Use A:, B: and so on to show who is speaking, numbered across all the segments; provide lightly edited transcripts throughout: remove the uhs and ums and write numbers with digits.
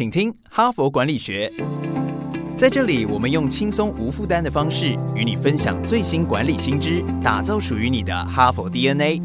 A: 请听哈佛管理学。在这里，我们用轻松无负担的方式与你分享最新管理新知，打造属于你的哈佛 DNA。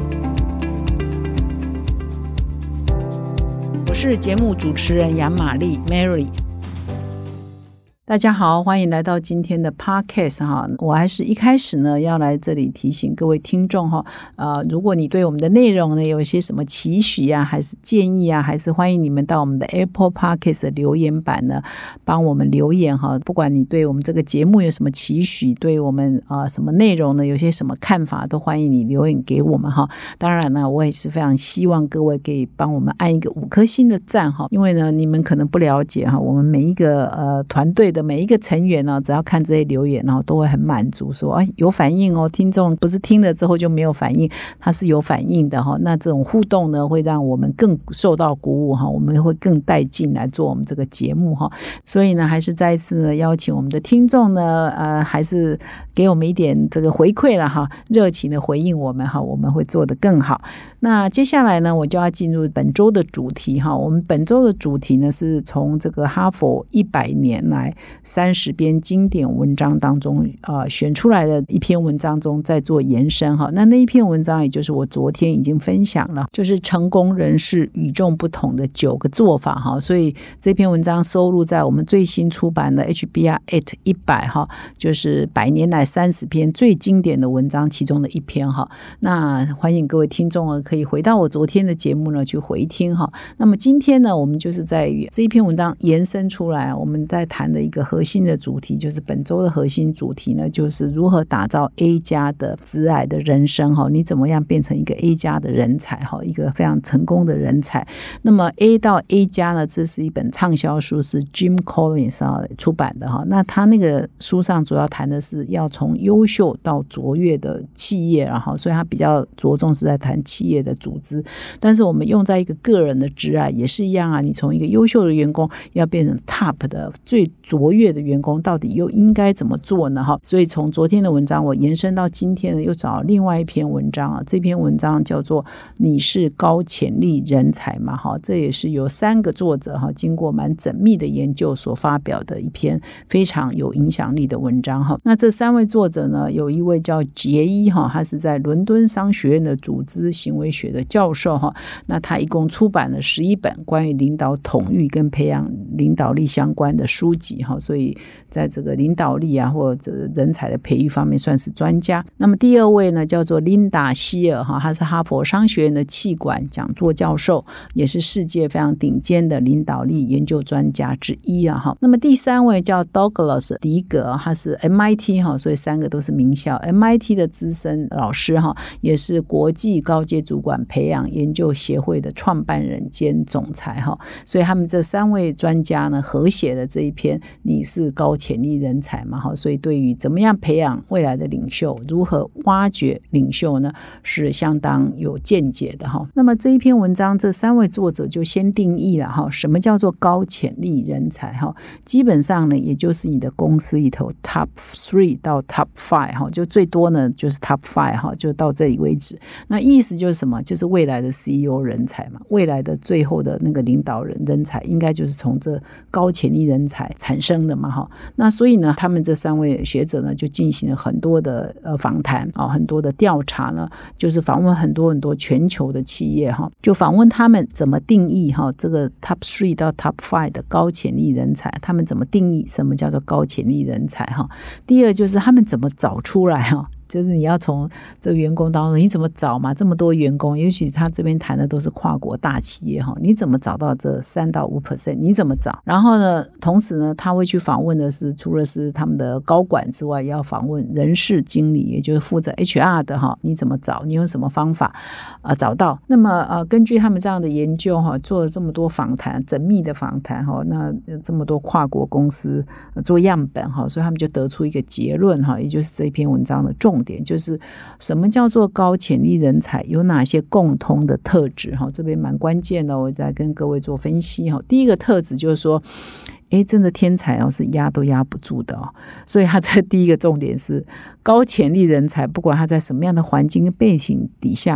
B: 我是节目主持人杨玛丽 Mary。大家好，欢迎来到今天的 Podcast 哈。我还是一开始呢要来这里提醒各位听众哈，如果你对我们的内容呢有一些什么期许啊，还是建议啊，还是欢迎你们到我们的 Apple Podcast 的留言板呢帮我们留言哈。不管你对我们这个节目有什么期许，对我们什么内容呢有些什么看法，都欢迎你留言给我们哈。当然呢，我也是非常希望各位可以帮我们按一个5颗星的赞哈，因为呢你们可能不了解哈，我们每一个团队的每一个成员呢，只要看这些留言呢，都会很满足，说有反应哦，听众不是听了之后就没有反应，他是有反应的哈。那这种互动呢，会让我们更受到鼓舞哈，我们会更带劲来做我们这个节目哈。所以呢，还是再一次呢邀请我们的听众呢，还是给我们一点这个回馈了哈，热情的回应我们哈，我们会做得更好。那接下来呢，我就要进入本周的主题哈。我们本周的主题呢，是从这个哈佛100年来30篇经典文章当中选出来的一篇文章中再做延伸哈。那一篇文章也就是我昨天已经分享了，就是成功人士与众不同的9个做法哈。所以这篇文章收录在我们最新出版的 HBR at 100哈，就是100年来30篇最经典的文章其中的一篇哈。那欢迎各位听众可以回到我昨天的节目呢去回听哈。那么今天呢，我们就是在这一篇文章延伸出来，我们在谈的一个核心的主题，就是本周的核心主题呢，就是如何打造 A 加的职涯的人生哈。你怎么样变成一个 A 加的人才哈，一个非常成功的人才。那么 A 到 A 加呢，这是一本畅销书，是 Jim Collins 出版的哈。那他那个书上主要谈的是要从优秀到卓越的企业，然后所以他比较着重是在谈企业的组织。但是我们用在一个个人的职涯也是一样啊，你从一个优秀的员工要变成 top 的最卓越的员工，到底又应该怎么做呢？所以从昨天的文章我延伸到今天呢，又找另外一篇文章啊。这篇文章叫做你是高潜力人才嘛，这也是由3个作者经过蛮缜密的研究所发表的一篇非常有影响力的文章。那这3位作者呢，有一位叫杰伊，他是在伦敦商学院的组织行为学的教授。那他一共出版了11本关于领导统御跟培养领导力相关的书籍，所以在这个领导力啊或者人才的培育方面算是专家。那么第2位呢，叫做琳达希尔，他是哈佛商学院的企管讲座教授，也是世界非常顶尖的领导力研究专家之一啊。那么第3位叫 Douglas 迪格，他是 MIT 所以3个都是名校 MIT 的资深老师，也是国际高阶主管培养研究协会的创办人兼总裁。所以他们这3位专家呢合写的这一篇你是高潜力人才嘛，所以对于怎么样培养未来的领袖，如何挖掘领袖呢，是相当有见解的。那么这一篇文章这3位作者就先定义了什么叫做高潜力人才。基本上呢，也就是你的公司里头 Top 3到 Top 5，就最多呢就是 Top 5，就到这里为止。那意思就是什么？就是未来的 CEO 人才嘛，未来的最后的那个领导人才应该就是从这高潜力人才产生的嘛。那所以呢，他们这3位学者呢就进行了很多的访谈很多的调查呢，就是访问很多全球的企业就访问他们怎么定义这个 Top 3到 Top 5的高潜力人才，他们怎么定义什么叫做高潜力人才。第2就是他们怎么找出来就是你要从这个员工当中你怎么找嘛，这么多员工，尤其他这边谈的都是跨国大企业你怎么找到这3到 5%， 你怎么找？然后呢，同时呢他会去访问的是除了是他们的高管之外，也要访问人事经理，也就是负责 HR 的你怎么找？你用什么方法找到？那么根据他们这样的研究做了这么多访谈，缜密的访谈那这么多跨国公司做样本所以他们就得出一个结论也就是这篇文章的重点，就是什么叫做高潜力人才，有哪些共通的特质这边蛮关键的，我再跟各位做分析第一个特质就是说真的天才是压都压不住的所以他这第一个重点是高潜力人才，不管他在什么样的环境跟背景底下，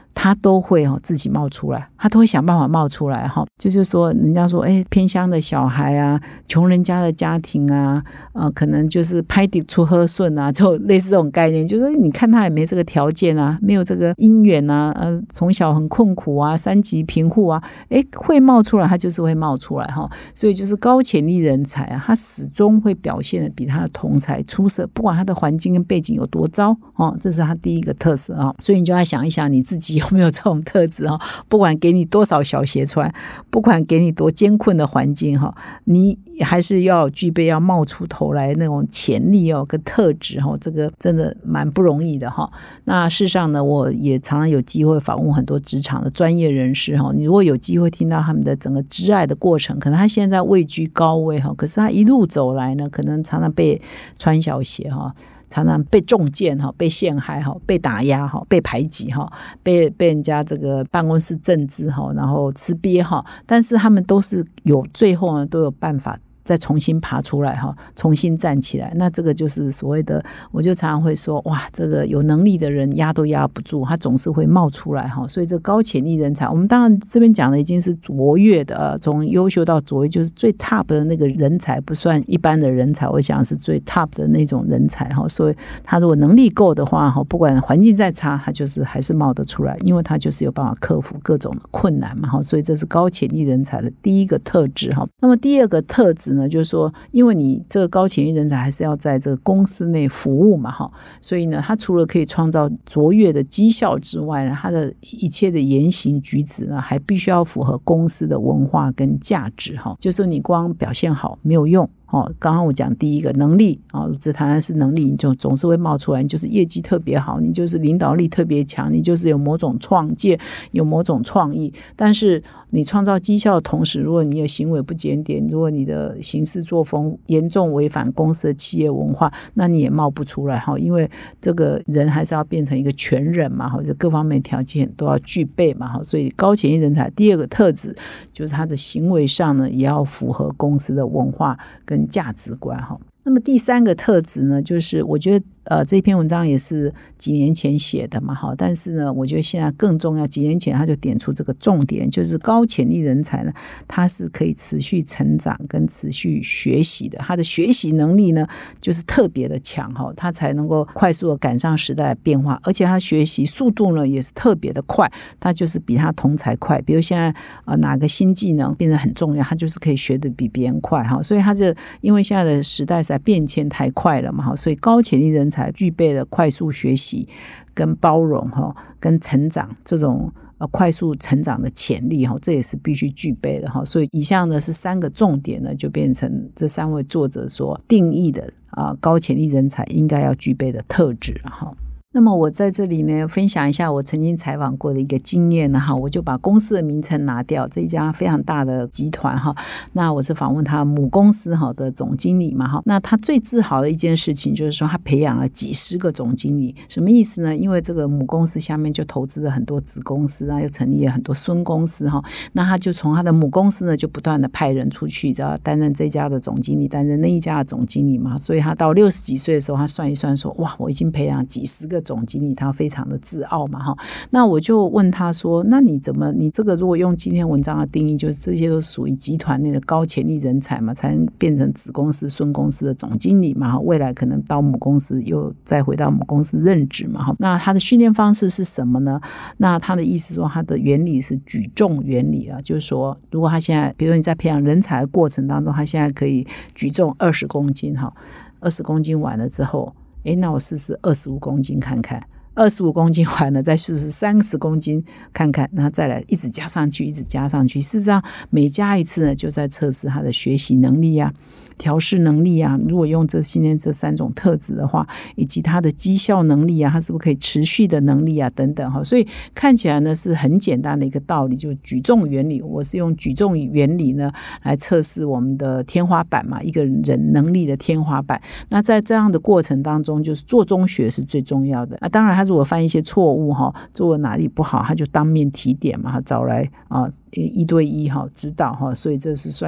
B: 他都会自己冒出来，他都会想办法冒出来就是说人家说偏乡的小孩啊，穷人家的家庭啊，可能就是拍地出喝顺啊，就类似这种概念，就是你看他也没这个条件啊，没有这个姻缘啊，从小很困苦啊，三级贫户啊，会冒出来，他就是会冒出来所以就是高潜力人才啊，他始终会表现的比他的同才出色，不管他的环境跟背景有多糟这是他第一个特色所以你就要想一想你自己有没有这种特质不管给你多少小鞋穿，不管给你多艰困的环境你还是要具备要冒出头来那种潜力跟特质这个真的蛮不容易的那事实上呢，我也常常有机会访问很多职场的专业人士你如果有机会听到他们的整个职涯的过程，可能他现在位居高位可是他一路走来呢，可能常常被穿小鞋常常被中箭被陷害被打压被排挤被人家这个办公室政治然后吃瘪但是他们都是最后呢都有办法再重新爬出来重新站起来。那这个就是所谓的，我就常常会说哇，这个有能力的人压都压不住，他总是会冒出来所以这高潜力人才，我们当然这边讲的已经是卓越的从优秀到卓越，就是最 top 的那个人才，不算一般的人才，我想是最 top 的那种人才所以他如果能力够的话不管环境再差，他就是还是冒得出来，因为他就是有办法克服各种困难嘛所以这是高潜力人才的第一个特质那么第二个特质呢，就是说因为你这个高潜力人才还是要在这个公司内服务嘛所以呢他除了可以创造卓越的绩效之外呢，他的一切的言行举止呢还必须要符合公司的文化跟价值就是说你光表现好没有用刚刚我讲第一个能力只谈的是能力，你就总是会冒出来，你就是业绩特别好，你就是领导力特别强，你就是有某种创建，有某种创意，但是你创造绩效的同时，如果你的行为不检点，如果你的行事作风严重违反公司的企业文化，那你也冒不出来因为这个人还是要变成一个全人嘛各方面条件都要具备嘛所以高潜力人才第二个特质就是他的行为上呢也要符合公司的文化跟价值观那么第三个特质呢，就是我觉得这篇文章也是几年前写的嘛但是呢我觉得现在更重要，几年前他就点出这个重点，就是高潜力人才呢他是可以持续成长跟持续学习的，他的学习能力呢就是特别的强他才能够快速的赶上时代的变化，而且他学习速度呢也是特别的快，他就是比他同才快，比如现在哪个新技能变得很重要，他就是可以学得比别人快所以他这因为现在的时代在变迁太快了嘛所以高潜力人才具备了快速学习跟包容跟成长这种快速成长的潜力这也是必须具备的所以以上呢是三个重点呢，就变成这三位作者所定义的高潜力人才应该要具备的特质那么我在这里呢分享一下我曾经采访过的一个经验我就把公司的名称拿掉，这一家非常大的集团那我是访问他母公司的总经理嘛那他最自豪的一件事情就是说他培养了几十个总经理，什么意思呢？因为这个母公司下面就投资了很多子公司又成立了很多孙公司那他就从他的母公司呢就不断的派人出去担任这家的总经理，担任那一家的总经理嘛，所以他到60几岁的时候，他算一算说哇，我已经培养几十个总经理，他非常的自傲嘛那我就问他说，那你这个如果用今天文章的定义，就是这些都属于集团内的高潜力人才嘛，才能变成子公司孙公司的总经理嘛未来可能到母公司又再回到母公司任职嘛那他的训练方式是什么呢？那他的意思说他的原理是举重原理就是说如果他现在比如说你在培养人才的过程当中，他现在可以举重20公斤20公斤完了之后那我试试25公斤看看，25公斤完了再试试30公斤看看，然后再来一直加上去，一直加上去。事实上每加一次呢，就在测试他的学习能力调试能力如果用今天这3种特质的话，以及他的绩效能力他是不是可以持续的能力等等所以看起来呢是很简单的一个道理，就举重原理，我是用举重原理呢来测试我们的天花板嘛，一个人能力的天花板。那在这样的过程当中，就是做中学是最重要的当然他如果犯一些错误做哪里不好，他就当面提点嘛，找来1对1指导所以这是算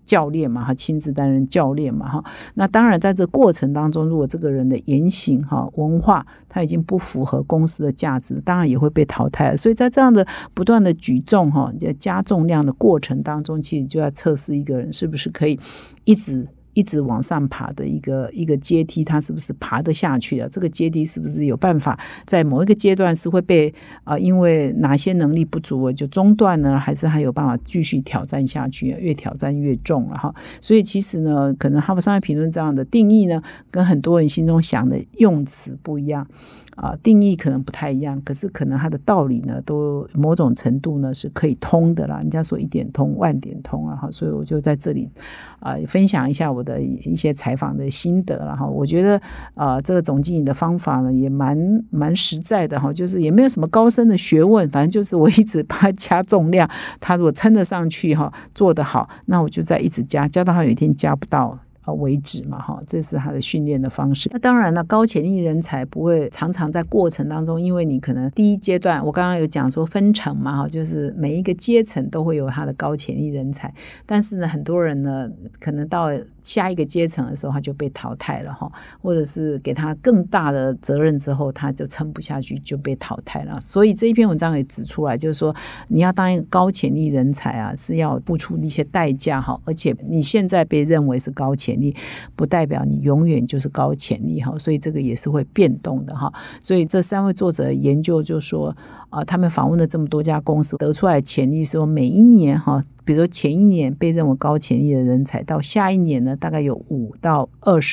B: 教练嘛，亲自担任教练嘛。那当然在这过程当中，如果这个人的言行文化他已经不符合公司的价值，当然也会被淘汰了。所以在这样的不断的举重加重量的过程当中，其实就要测试一个人是不是可以一直往上爬的一个阶梯，他是不是爬得下去的？这个阶梯是不是有办法在某一个阶段是会被因为哪些能力不足就中断呢？还是还有办法继续挑战下去，越挑战越重了哈。所以其实呢，可能哈佛商业评论这样的定义呢，跟很多人心中想的用词不一样定义可能不太一样，可是可能它的道理呢，都某种程度呢是可以通的啦。人家说一点通万点通啊，所以我就在这里分享一下我的一些采访的心得了哈。我觉得这个总经理的方法呢也蛮实在的哈，就是也没有什么高深的学问，反正就是我一直帮他加重量，他如果撑得上去做得好，那我就再一直加到他有一天加不到为止嘛这是他的训练的方式。那当然了，高潜力人才不会常常在过程当中，因为你可能第一阶段我刚刚有讲说分层嘛就是每一个阶层都会有他的高潜力人才，但是呢很多人呢可能到下一个阶层的时候他就被淘汰了或者是给他更大的责任之后他就撑不下去就被淘汰了。所以这一篇文章也指出来，就是说你要当一个高潜力人才是要付出一些代价而且你现在被认为是高潜力不代表你永远就是高潜力所以这个也是会变动的所以这3位作者的研究就说他们访问了这么多家公司，得出来的潜力是说每一年比如说前一年被认为高潜力的人才，到下一年呢大概有5到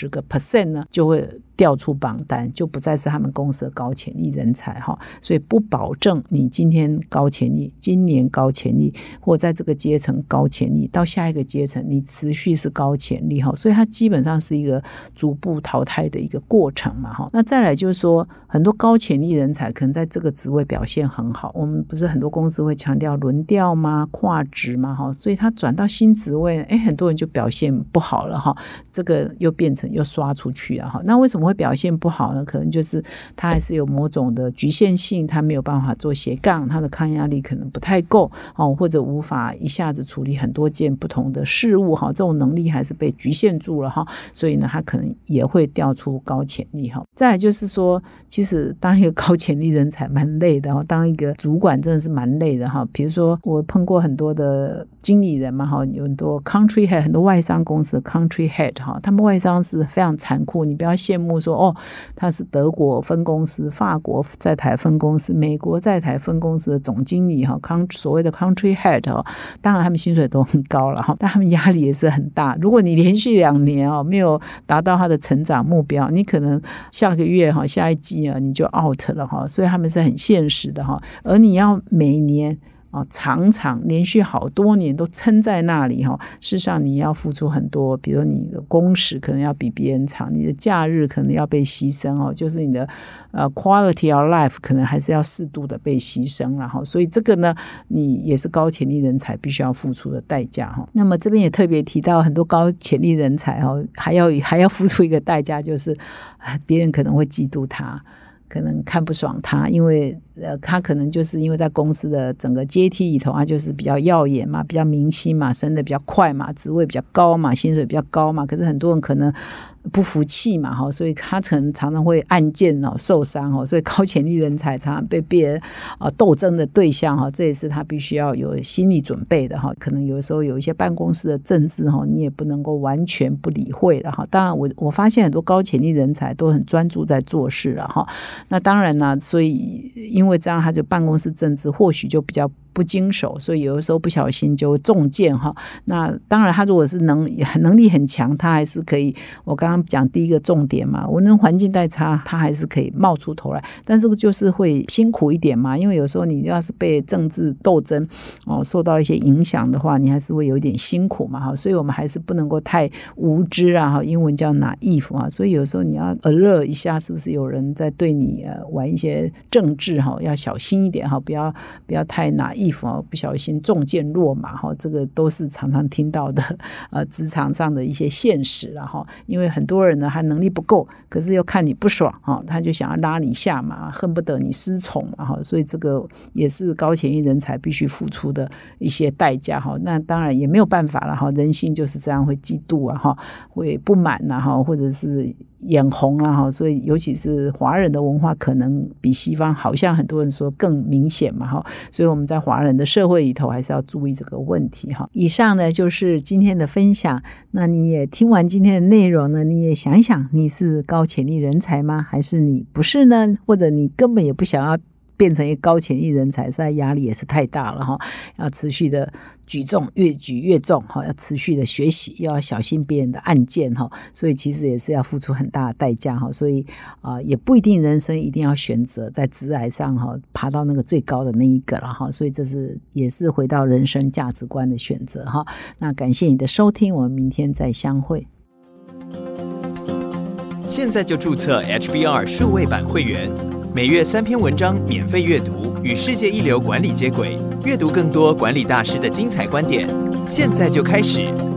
B: 20% 呢就会调出榜单，就不再是他们公司的高潜力人才所以不保证你今天高潜力，今年高潜力，或在这个阶层高潜力，到下一个阶层你持续是高潜力所以它基本上是一个逐步淘汰的一个过程嘛那再来就是说很多高潜力人才可能在这个职位表现很好，我们不是很多公司会强调轮调吗，跨职吗所以他转到新职位很多人就表现不好了这个又变成又刷出去了那为什么会表现不好呢？可能就是他还是有某种的局限性，他没有办法做斜杠，他的抗压力可能不太够或者无法一下子处理很多件不同的事物这种能力还是被局限住了所以呢他可能也会调出高潜力再来就是说其实当一个高潜力人才蛮累的当一个主管真的是蛮累的比如说我碰过很多的经理人嘛有很多 country head， 很多外商公司的 country head 他们外商是非常残酷，你不要羡慕说他是德国分公司、法国在台分公司、美国在台分公司的总经理所谓的 country head 当然他们薪水都很高了但他们压力也是很大。如果你连续2年没有达到他的成长目标，你可能下个月下一季你就 out 了所以他们是很现实的而你要每年常常连续好多年都撑在那里事实上你要付出很多，比如你的工时可能要比别人长，你的假日可能要被牺牲就是你的quality of life 可能还是要适度的被牺牲了所以这个呢你也是高潜力人才必须要付出的代价那么这边也特别提到很多高潜力人才还要付出一个代价，就是别人可能会嫉妒他，可能看不爽他，因为他可能就是因为在公司的整个阶梯里头他就是比较耀眼嘛，比较明星嘛，升得比较快嘛，职位比较高嘛，薪水比较高嘛，可是很多人可能不服气嘛所以他可能常常会暗箭受伤所以高潜力人才常常被别人斗争的对象这也是他必须要有心理准备的可能有时候有一些办公室的政治你也不能够完全不理会了当然我发现很多高潜力人才都很专注在做事了那当然呢所以因为这样他就办公室政治或许就比较不经手，所以有的时候不小心就中箭那当然他如果是能力很强，他还是可以，我刚刚讲第一个重点嘛，无论环境再差他还是可以冒出头来，但是就是会辛苦一点嘛，因为有时候你要是被政治斗争受到一些影响的话，你还是会有一点辛苦嘛所以我们还是不能够太无知英文叫naive所以有时候你要 alert 一下是不是有人在对你玩一些政治要小心一点不要太naive不小心中箭落马这个都是常常听到的职场上的一些现实因为很多人呢，他能力不够，可是又看你不爽他就想要拉你下马，恨不得你失宠嘛所以这个也是高潜力人才必须付出的一些代价那当然也没有办法了人性就是这样，会嫉妒会不满或者是眼红所以尤其是华人的文化可能比西方好像很多人说更明显嘛所以我们在华人的社会里头还是要注意这个问题以上呢就是今天的分享，那你也听完今天的内容呢，你也想一想，你是高潜力人才吗？还是你不是呢？或者你根本也不想要变成一个高潜力人才，所以压力也是太大了要持续的举重，越举越重要持续的学习，又要小心别人的暗箭所以其实也是要付出很大的代价所以也不一定人生一定要选择在职涯上爬到那个最高的那一个了所以这是也是回到人生价值观的选择那感谢你的收听，我们明天再相会。
A: 现在就注册 HBR 数位版会员，每月3篇文章免费阅读，与世界一流管理接轨，阅读更多管理大师的精彩观点。现在就开始。